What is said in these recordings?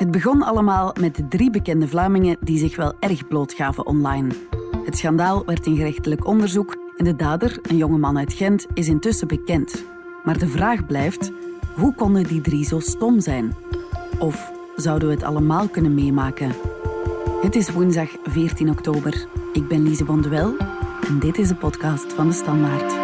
Het begon allemaal met 3 bekende Vlamingen die zich wel erg blootgaven online. Het schandaal werd in gerechtelijk onderzoek en de dader, een jonge man uit Gent, is intussen bekend. Maar de vraag blijft, hoe konden die 3 zo stom zijn? Of zouden we het allemaal kunnen meemaken? Het is woensdag 14 oktober. Ik ben Lise Bonduel en dit is de podcast van De Standaard.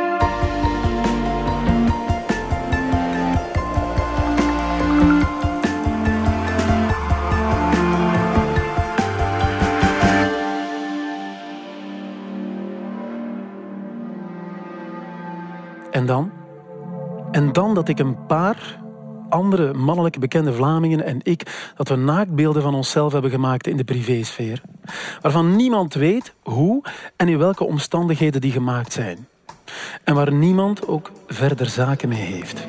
En dan dat ik een paar andere mannelijke bekende Vlamingen en ik, dat we naaktbeelden van onszelf hebben gemaakt in de privésfeer. Waarvan niemand weet hoe en in welke omstandigheden die gemaakt zijn. En waar niemand ook verder zaken mee heeft.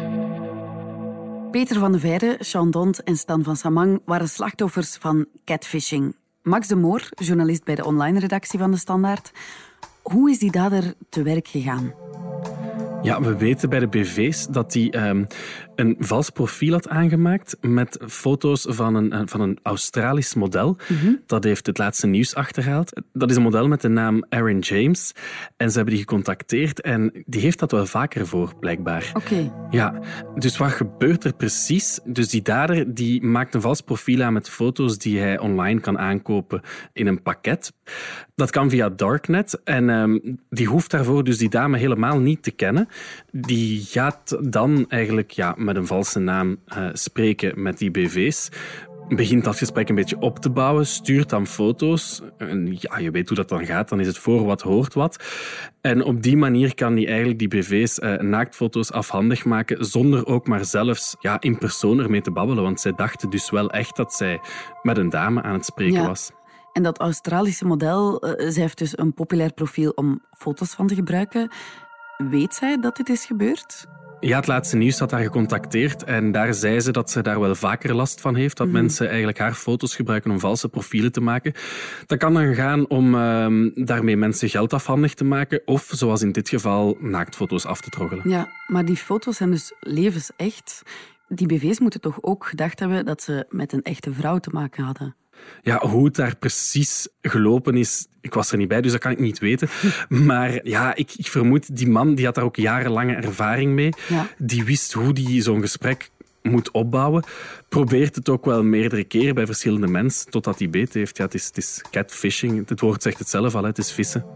Peter van de Veire, Sean Dont en Stan van Samang waren slachtoffers van catfishing. Max de Moor, journalist bij de online-redactie van De Standaard. Hoe is die dader te werk gegaan? Ja, we weten bij de BV's dat hij een vals profiel had aangemaakt met foto's van een Australisch model. Mm-hmm. Dat heeft het laatste nieuws achterhaald. Dat is een model met de naam Aaron James. En ze hebben die gecontacteerd en die heeft dat wel vaker voor, blijkbaar. Oké. Ja, dus wat gebeurt er precies? Dus die dader die maakt een vals profiel aan met foto's die hij online kan aankopen in een pakket. Dat kan via Darknet en die hoeft daarvoor dus die dame helemaal niet te kennen. Die gaat dan eigenlijk met een valse naam spreken met die BV's. Begint dat gesprek een beetje op te bouwen, stuurt dan foto's. En ja, je weet hoe dat dan gaat, dan is het voor wat hoort wat. En op die manier kan hij eigenlijk die BV's naaktfoto's afhandig maken, zonder ook maar zelfs in persoon ermee te babbelen. Want zij dachten dus wel echt dat zij met een dame aan het spreken was. En dat Australische model, zij heeft dus een populair profiel om foto's van te gebruiken. Weet zij dat dit is gebeurd? Ja, het laatste nieuws had haar gecontacteerd en daar zei ze dat ze daar wel vaker last van heeft, dat mensen eigenlijk haar foto's gebruiken om valse profielen te maken. Dat kan dan gaan om daarmee mensen geld afhandig te maken of, zoals in dit geval, naaktfoto's af te troggelen. Ja, maar die foto's zijn dus levensecht. Die BV's moeten toch ook gedacht hebben dat ze met een echte vrouw te maken hadden? Ja, hoe het daar precies gelopen is, ik was er niet bij, dus dat kan ik niet weten. Maar ja, ik vermoed, die man die had daar ook jarenlange ervaring mee. Ja. Die wist hoe die zo'n gesprek moet opbouwen. Probeert het ook wel meerdere keren bij verschillende mensen, totdat hij beet heeft. Ja, het is catfishing. Het woord zegt het zelf al, het is vissen.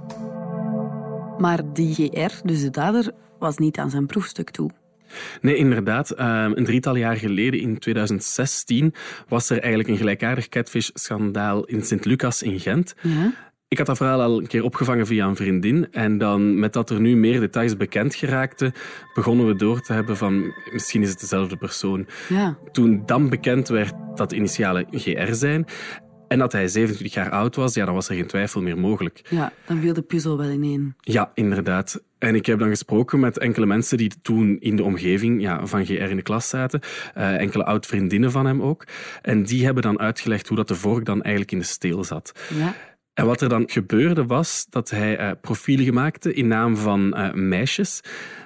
Maar die GR, dus de dader, was niet aan zijn proefstuk toe. Nee, inderdaad. Een 3-tal jaar geleden, in 2016, was er eigenlijk een gelijkaardig catfish-schandaal in Sint-Lucas in Gent. Ja. Ik had dat verhaal al een keer opgevangen via een vriendin. En dan, met dat er nu meer details bekend geraakten, begonnen we door te hebben van misschien is het dezelfde persoon. Ja. Toen dan bekend werd dat de initialen GR zijn en dat hij 27 jaar oud was, dan was er geen twijfel meer mogelijk. Ja, dan viel de puzzel wel ineen. Ja, inderdaad. En ik heb dan gesproken met enkele mensen die toen in de omgeving van GR in de klas zaten. Enkele oud-vriendinnen van hem ook. En die hebben dan uitgelegd hoe dat de vork dan eigenlijk in de steel zat. Ja. En wat er dan gebeurde was dat hij profielen maakte in naam van meisjes.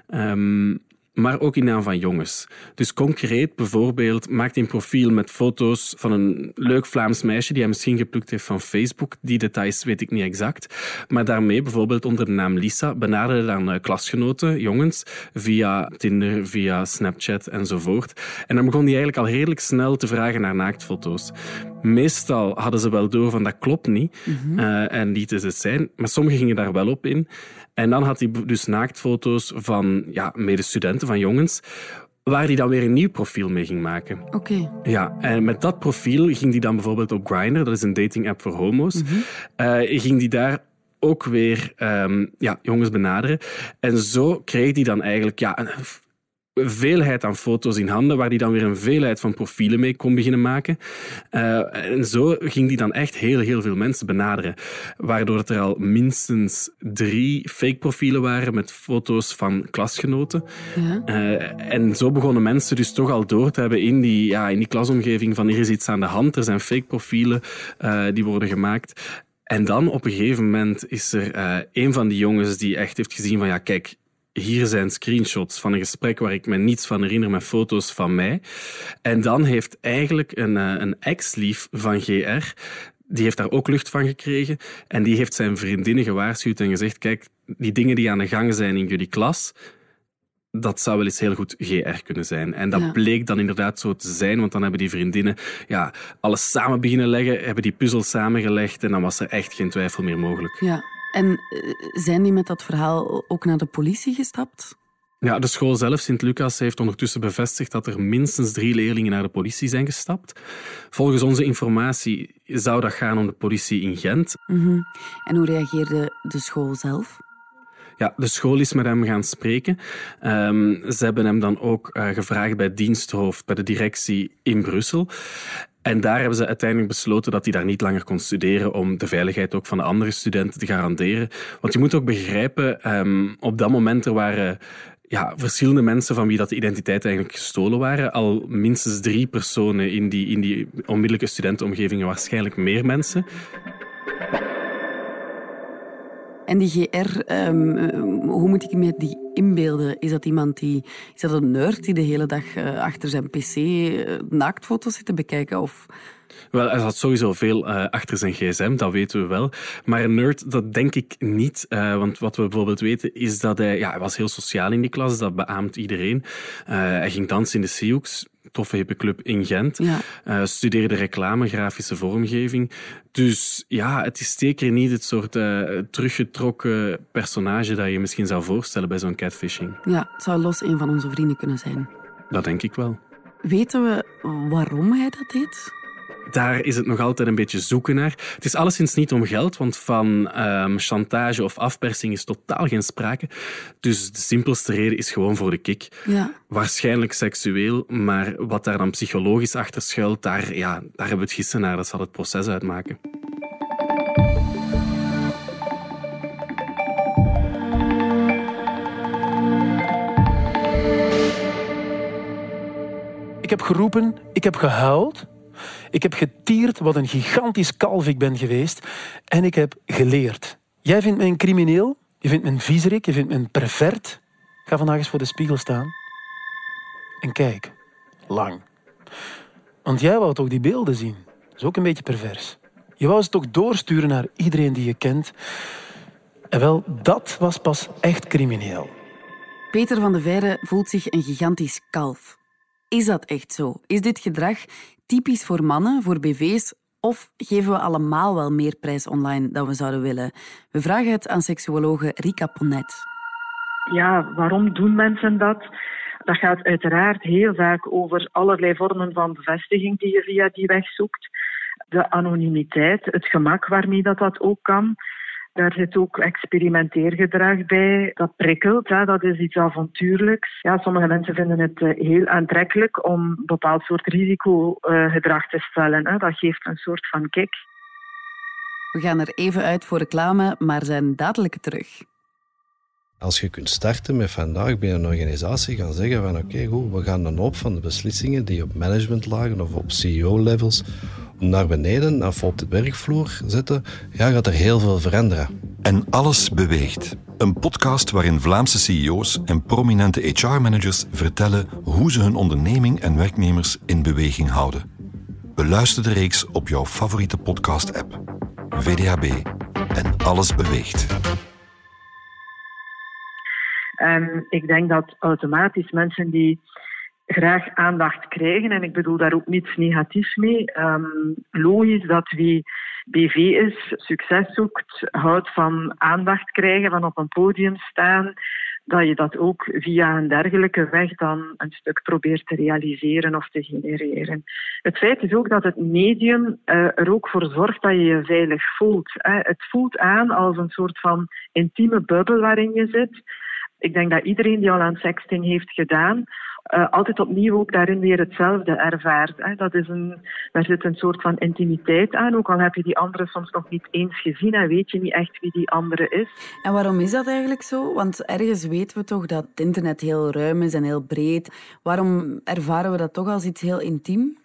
Maar ook in naam van jongens. Dus concreet bijvoorbeeld maakt hij een profiel met foto's van een leuk Vlaams meisje die hij misschien geplukt heeft van Facebook. Die details weet ik niet exact. Maar daarmee bijvoorbeeld onder de naam Lisa benaderde dan klasgenoten, jongens, via Tinder, via Snapchat enzovoort. En dan begon hij eigenlijk al redelijk snel te vragen naar naaktfoto's. Meestal hadden ze wel door van dat klopt niet en lieten ze het zijn. Maar sommigen gingen daar wel op in. En dan had hij dus naaktfoto's van medestudenten, van jongens, waar hij dan weer een nieuw profiel mee ging maken. Oké. Ja, en met dat profiel ging hij dan bijvoorbeeld op Grindr, dat is een dating-app voor homo's, ging hij daar ook weer jongens benaderen. En zo kreeg hij dan eigenlijk een veelheid aan foto's in handen, waar hij dan weer een veelheid van profielen mee kon beginnen maken. En zo ging hij dan echt heel veel mensen benaderen. Waardoor er al minstens 3 fake profielen waren met foto's van klasgenoten. Ja. En zo begonnen mensen dus toch al door te hebben in die klasomgeving van hier is iets aan de hand, er zijn fake profielen die worden gemaakt. En dan op een gegeven moment is er een van die jongens die echt heeft gezien van kijk, hier zijn screenshots van een gesprek waar ik me niets van herinner met foto's van mij. En dan heeft eigenlijk een ex-lief van GR, die heeft daar ook lucht van gekregen en die heeft zijn vriendinnen gewaarschuwd en gezegd, kijk, die dingen die aan de gang zijn in jullie klas, dat zou wel eens heel goed GR kunnen zijn. En dat bleek dan inderdaad zo te zijn, want dan hebben die vriendinnen alles samen beginnen leggen, hebben die puzzel samengelegd en dan was er echt geen twijfel meer mogelijk. Ja. En zijn die met dat verhaal ook naar de politie gestapt? Ja, de school zelf, Sint-Lucas, heeft ondertussen bevestigd dat er minstens 3 leerlingen naar de politie zijn gestapt. Volgens onze informatie zou dat gaan om de politie in Gent. Mm-hmm. En hoe reageerde de school zelf? Ja, de school is met hem gaan spreken. Ze hebben hem dan ook gevraagd bij het diensthoofd, bij de directie in Brussel. En daar hebben ze uiteindelijk besloten dat hij daar niet langer kon studeren om de veiligheid ook van de andere studenten te garanderen. Want je moet ook begrijpen, op dat moment er waren verschillende mensen van wie dat de identiteit eigenlijk gestolen waren. Al minstens 3 personen in die onmiddellijke studentenomgevingen, waarschijnlijk meer mensen. En die GR, hoe moet ik me die inbeelden? Is dat is dat een nerd die de hele dag achter zijn pc naaktfoto's zit te bekijken? Of... Wel, hij zat sowieso veel achter zijn gsm, dat weten we wel. Maar een nerd, dat denk ik niet. Want wat we bijvoorbeeld weten, is dat hij was heel sociaal in die klas. Dat beaamt iedereen. Hij ging dansen in de Sioux, toffe hippe club in Gent. Ja. Studeerde reclame, grafische vormgeving. Dus ja, het is zeker niet het soort teruggetrokken personage dat je misschien zou voorstellen bij zo'n catfishing. Ja, het zou los een van onze vrienden kunnen zijn. Dat denk ik wel. Weten we waarom hij dat deed? Daar is het nog altijd een beetje zoeken naar. Het is alleszins niet om geld, want van chantage of afpersing is totaal geen sprake. Dus de simpelste reden is gewoon voor de kick. Ja. Waarschijnlijk seksueel, maar wat daar dan psychologisch achter schuilt, daar hebben we het gissen naar. Dat zal het proces uitmaken. Ik heb geroepen, ik heb gehuild. Ik heb getierd wat een gigantisch kalf ik ben geweest. En ik heb geleerd. Jij vindt me een crimineel, je vindt me een viezerik, je vindt me een pervert. Ga vandaag eens voor de spiegel staan. En kijk, lang. Want jij wou toch die beelden zien? Dat is ook een beetje pervers. Je wou ze toch doorsturen naar iedereen die je kent. En wel, dat was pas echt crimineel. Peter van de Veire voelt zich een gigantisch kalf. Is dat echt zo? Is dit gedrag typisch voor mannen, voor BV's? Of geven we allemaal wel meer prijs online dan we zouden willen? We vragen het aan seksuologe Rika Ponnet. Ja, waarom doen mensen dat? Dat gaat uiteraard heel vaak over allerlei vormen van bevestiging die je via die weg zoekt. De anonimiteit, het gemak waarmee dat ook kan. Daar zit ook experimenteergedrag bij. Dat prikkelt, dat is iets avontuurlijks. Ja, sommige mensen vinden het heel aantrekkelijk om een bepaald soort risicogedrag te stellen. Dat geeft een soort van kick. We gaan er even uit voor reclame, maar zijn dadelijk terug. Als je kunt starten met vandaag binnen een organisatie gaan zeggen van oké, goed, we gaan een hoop van de beslissingen die op managementlagen of op CEO-levels naar beneden of op de werkvloer zetten, gaat er heel veel veranderen. En alles beweegt. Een podcast waarin Vlaamse CEO's en prominente HR-managers vertellen hoe ze hun onderneming en werknemers in beweging houden. Beluister de reeks op jouw favoriete podcast-app. VDHB. En alles beweegt. En ik denk dat automatisch mensen die graag aandacht krijgen, en ik bedoel daar ook niets negatiefs mee, logisch dat wie BV is, succes zoekt, houdt van aandacht krijgen, van op een podium staan, dat je dat ook via een dergelijke weg dan een stuk probeert te realiseren of te genereren. Het feit is ook dat het medium er ook voor zorgt dat je je veilig voelt. Het voelt aan als een soort van intieme bubbel waarin je zit. Ik denk dat iedereen die al aan sexting heeft gedaan, altijd opnieuw ook daarin weer hetzelfde ervaart. Daar zit een soort van intimiteit aan, ook al heb je die andere soms nog niet eens gezien en weet je niet echt wie die andere is. En waarom is dat eigenlijk zo? Want ergens weten we toch dat het internet heel ruim is en heel breed. Waarom ervaren we dat toch als iets heel intiem?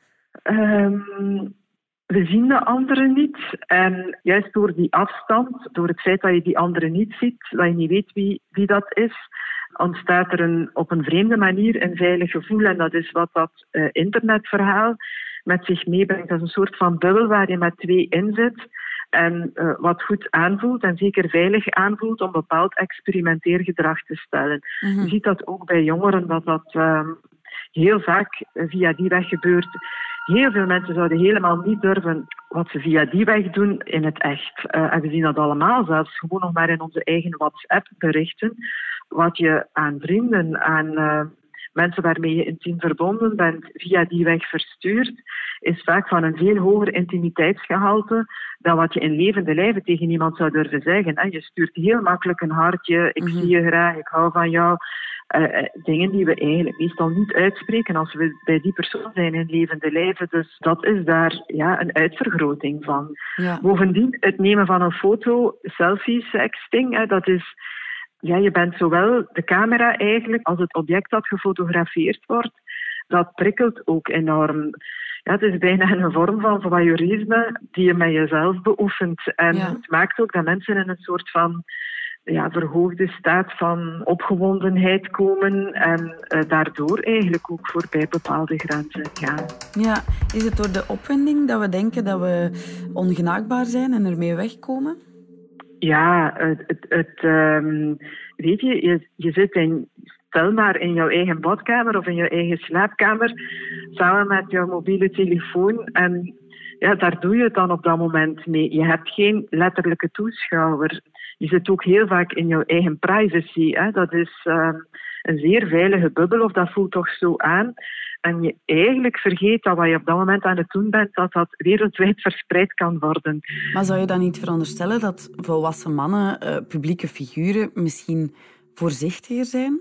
We zien de anderen niet. En juist door die afstand, door het feit dat je die anderen niet ziet, dat je niet weet wie dat is, ontstaat er op een vreemde manier een veilig gevoel. En dat is wat dat internetverhaal met zich meebrengt. Dat is een soort van bubbel waar je met 2 in zit. En wat goed aanvoelt en zeker veilig aanvoelt om bepaald experimenteergedrag te stellen. Mm-hmm. Je ziet dat ook bij jongeren, dat heel vaak via die weg gebeurt. Heel veel mensen zouden helemaal niet durven wat ze via die weg doen in het echt. En we zien dat allemaal, zelfs gewoon nog maar in onze eigen WhatsApp-berichten. Wat je aan vrienden, aan mensen waarmee je intiem verbonden bent, via die weg verstuurt, is vaak van een veel hoger intimiteitsgehalte dan wat je in levende lijven tegen iemand zou durven zeggen. Je stuurt heel makkelijk een hartje, ik zie je graag, ik hou van jou. Dingen die we eigenlijk meestal niet uitspreken als we bij die persoon zijn in levende lijven. Dus dat is daar een uitvergroting van. Ja. Bovendien, het nemen van een foto, selfie-sexting, dat is... Ja, je bent zowel de camera eigenlijk als het object dat gefotografeerd wordt. Dat prikkelt ook enorm. Ja, het is bijna een vorm van voyeurisme die je met jezelf beoefent. En het maakt ook dat mensen in een soort van verhoogde staat van opgewondenheid komen en daardoor eigenlijk ook voorbij bepaalde grenzen gaan. Ja, is het door de opwinding dat we denken dat we ongenaakbaar zijn en ermee wegkomen? Ja, weet je zit stel maar in jouw eigen badkamer of in jouw eigen slaapkamer samen met jouw mobiele telefoon en daar doe je het dan op dat moment mee. Je hebt geen letterlijke toeschouwer. Je zit ook heel vaak in jouw eigen privacy. Dat is een zeer veilige bubbel, of dat voelt toch zo aan. En je eigenlijk vergeet dat wat je op dat moment aan het doen bent, dat wereldwijd verspreid kan worden. Maar zou je dan niet veronderstellen dat volwassen mannen, publieke figuren, misschien voorzichtiger zijn?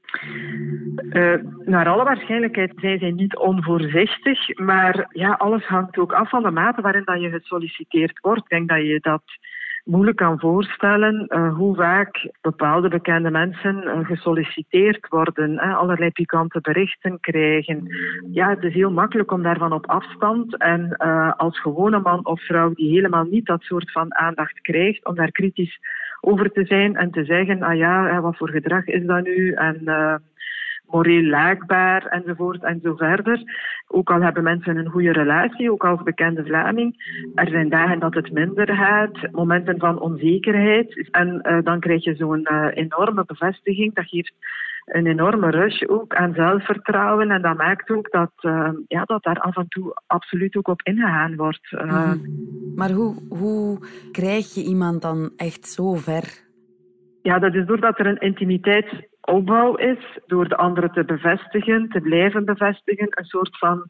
Naar alle waarschijnlijkheid zijn zij niet onvoorzichtig, maar alles hangt ook af van de mate waarin dat je gesolliciteerd wordt. Ik denk dat je dat moeilijk kan voorstellen hoe vaak bepaalde bekende mensen gesolliciteerd worden, allerlei pikante berichten krijgen. Ja, het is heel makkelijk om daarvan op afstand en als gewone man of vrouw die helemaal niet dat soort van aandacht krijgt, om daar kritisch over te zijn en te zeggen, wat voor gedrag is dat nu en moreel laakbaar enzovoort en zo verder. Ook al hebben mensen een goede relatie, ook als bekende Vlaming. Er zijn dagen dat het minder gaat, momenten van onzekerheid. En dan krijg je zo'n enorme bevestiging. Dat geeft een enorme rush ook aan zelfvertrouwen. En dat maakt ook dat daar af en toe absoluut ook op ingegaan wordt. Maar hoe krijg je iemand dan echt zo ver? Ja, dat is doordat er een intimiteitsopbouw is, door de anderen te bevestigen, te blijven bevestigen. Een soort van,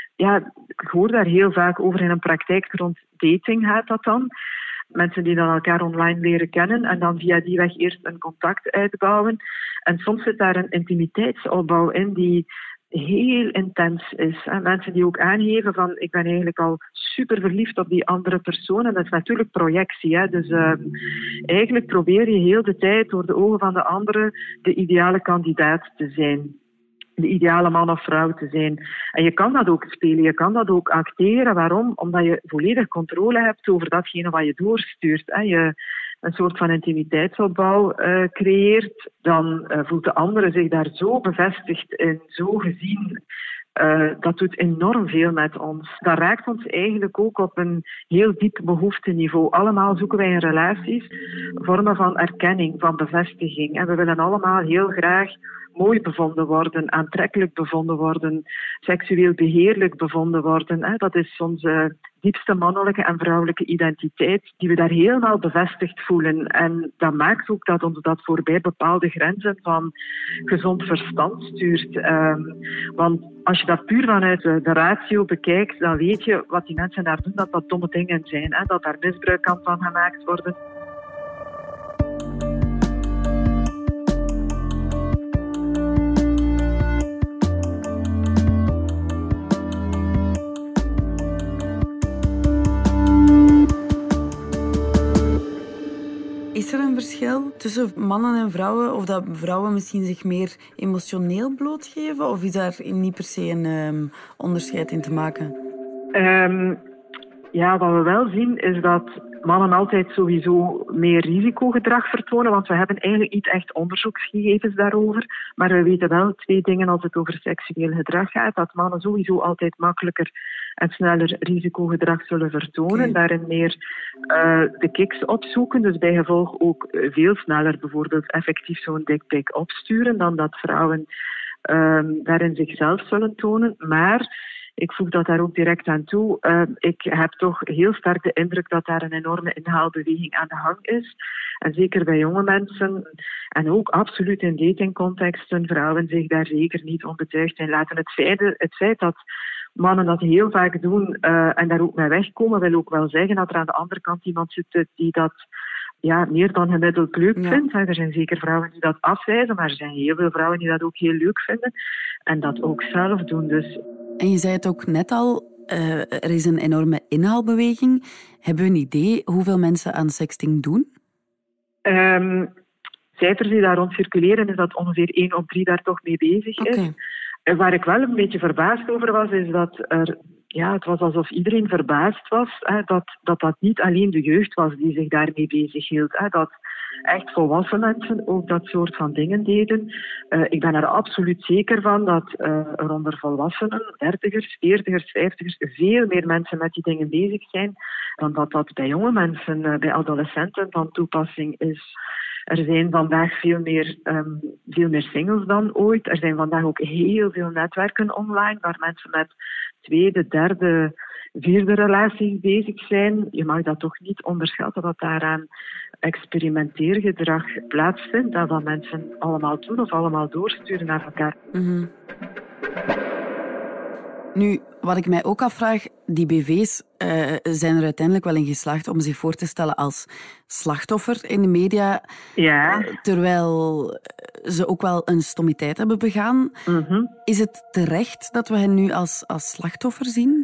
ik hoor daar heel vaak over in een praktijk rond dating gaat dat dan. Mensen die dan elkaar online leren kennen en dan via die weg eerst een contact uitbouwen. En soms zit daar een intimiteitsopbouw in die heel intens is. En mensen die ook aangeven van ik ben eigenlijk al super verliefd op die andere persoon. En dat is natuurlijk projectie. Dus eigenlijk probeer je heel de tijd door de ogen van de andere de ideale kandidaat te zijn. De ideale man of vrouw te zijn. En je kan dat ook spelen, je kan dat ook acteren. Waarom? Omdat je volledig controle hebt over datgene wat je doorstuurt. Je een soort van intimiteitsopbouw creëert, dan voelt de andere zich daar zo bevestigd in, zo gezien. Dat doet enorm veel met ons. Dat raakt ons eigenlijk ook op een heel diep behoefteniveau. Allemaal zoeken wij in relaties vormen van erkenning, van bevestiging. En we willen allemaal heel graag mooi bevonden worden, aantrekkelijk bevonden worden, seksueel beheerlijk bevonden worden. Dat is onze diepste mannelijke en vrouwelijke identiteit, die we daar helemaal bevestigd voelen. En dat maakt ook dat ons dat voorbij bepaalde grenzen van gezond verstand stuurt. Want als je dat puur vanuit de ratio bekijkt, dan weet je wat die mensen daar doen, dat dat domme dingen zijn. Dat daar misbruik kan van gemaakt worden. Is er een verschil tussen mannen en vrouwen? Of dat vrouwen misschien zich meer emotioneel blootgeven? Of is daar niet per se een onderscheid in te maken? Wat we wel zien is dat mannen altijd sowieso meer risicogedrag vertonen, want we hebben eigenlijk niet echt onderzoeksgegevens daarover. Maar we weten wel 2 dingen als het over seksueel gedrag gaat. Dat mannen sowieso altijd makkelijker en sneller risicogedrag zullen vertonen. Daarin meer de kiks opzoeken. Dus bij gevolg ook veel sneller bijvoorbeeld effectief zo'n dickpic opsturen dan dat vrouwen daarin zichzelf zullen tonen. Maar ik voeg dat daar ook direct aan toe. Ik heb toch heel sterk de indruk dat daar een enorme inhaalbeweging aan de gang is. En zeker bij jonge mensen en ook absoluut in datingcontexten vrouwen zich daar zeker niet onbetuigd in laten. Het feit dat mannen dat heel vaak doen en daar ook mee wegkomen, wil ook wel zeggen dat er aan de andere kant iemand zit die dat meer dan gemiddeld leuk vindt. Er zijn zeker vrouwen die dat afwijzen, maar er zijn heel veel vrouwen die dat ook heel leuk vinden en dat ook zelf doen. Dus. En je zei het ook net al, er is een enorme inhaalbeweging. Hebben we een idee hoeveel mensen aan sexting doen? Cijfers die daar rond circuleren is dat ongeveer 1 op 3 daar toch mee bezig is. Okay. Waar ik wel een beetje verbaasd over was, is dat het was alsof iedereen verbaasd was dat niet alleen de jeugd was die zich daarmee bezig hield. Dat echt volwassen mensen ook dat soort van dingen deden. Ik ben er absoluut zeker van dat er onder volwassenen, 30ers, 40ers, 50ers, veel meer mensen met die dingen bezig zijn dan dat bij jonge mensen, bij adolescenten van toepassing is. Er zijn vandaag veel meer singles dan ooit. Er zijn vandaag ook heel veel netwerken online waar mensen met 2e, 3e, 4e relaties bezig zijn. Je mag dat toch niet onderschatten dat daaraan experimenteergedrag plaatsvindt. Dat wat mensen allemaal doen of allemaal doorsturen naar elkaar. Mm-hmm. Nu, wat ik mij ook afvraag, die BV's zijn er uiteindelijk wel in geslaagd om zich voor te stellen als slachtoffer in de media. Ja. Terwijl ze ook wel een stommiteit hebben begaan. Mm-hmm. Is het terecht dat we hen nu als slachtoffer zien?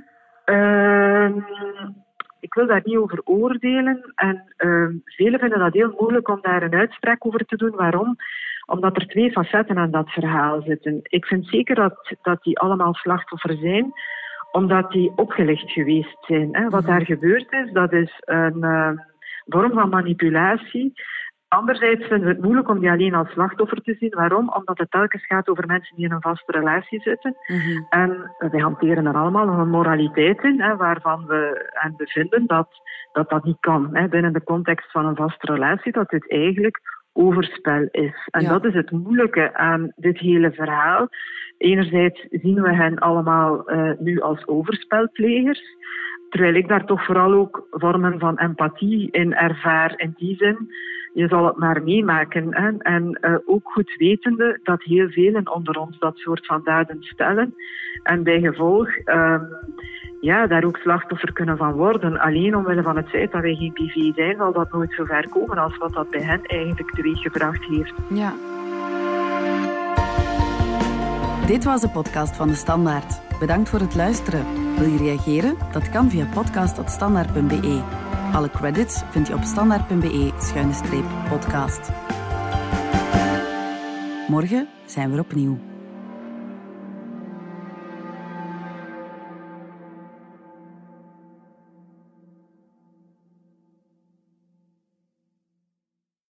Ik wil daar niet over oordelen. En velen vinden dat heel moeilijk om daar een uitspraak over te doen. Waarom? Omdat er 2 facetten aan dat verhaal zitten. Ik vind zeker dat die allemaal slachtoffer zijn, omdat die opgelicht geweest zijn. Hè. Wat daar gebeurd is, dat is een vorm van manipulatie. Anderzijds vinden we het moeilijk om die alleen als slachtoffer te zien. Waarom? Omdat het telkens gaat over mensen die in een vaste relatie zitten. Mm-hmm. En wij hanteren er allemaal een moraliteit in, waarvan we vinden dat niet kan. Binnen de context van een vaste relatie, dat dit eigenlijk overspel is. En dat is het moeilijke aan dit hele verhaal. Enerzijds zien we hen allemaal nu als overspelplegers, terwijl ik daar toch vooral ook vormen van empathie in ervaar. In die zin, je zal het maar meemaken. Hè? En ook goed wetende dat heel velen onder ons dat soort van daden stellen. En bij gevolg daar ook slachtoffer kunnen van worden. Alleen omwille van het feit dat wij geen BV zijn, zal dat nooit zo ver komen als wat dat bij hen eigenlijk teweeggebracht heeft. Ja. Dit was de podcast van De Standaard. Bedankt voor het luisteren. Wil je reageren? Dat kan via podcast@standaard.be. Alle credits vind je op standaard.be/podcast. Morgen zijn we er opnieuw.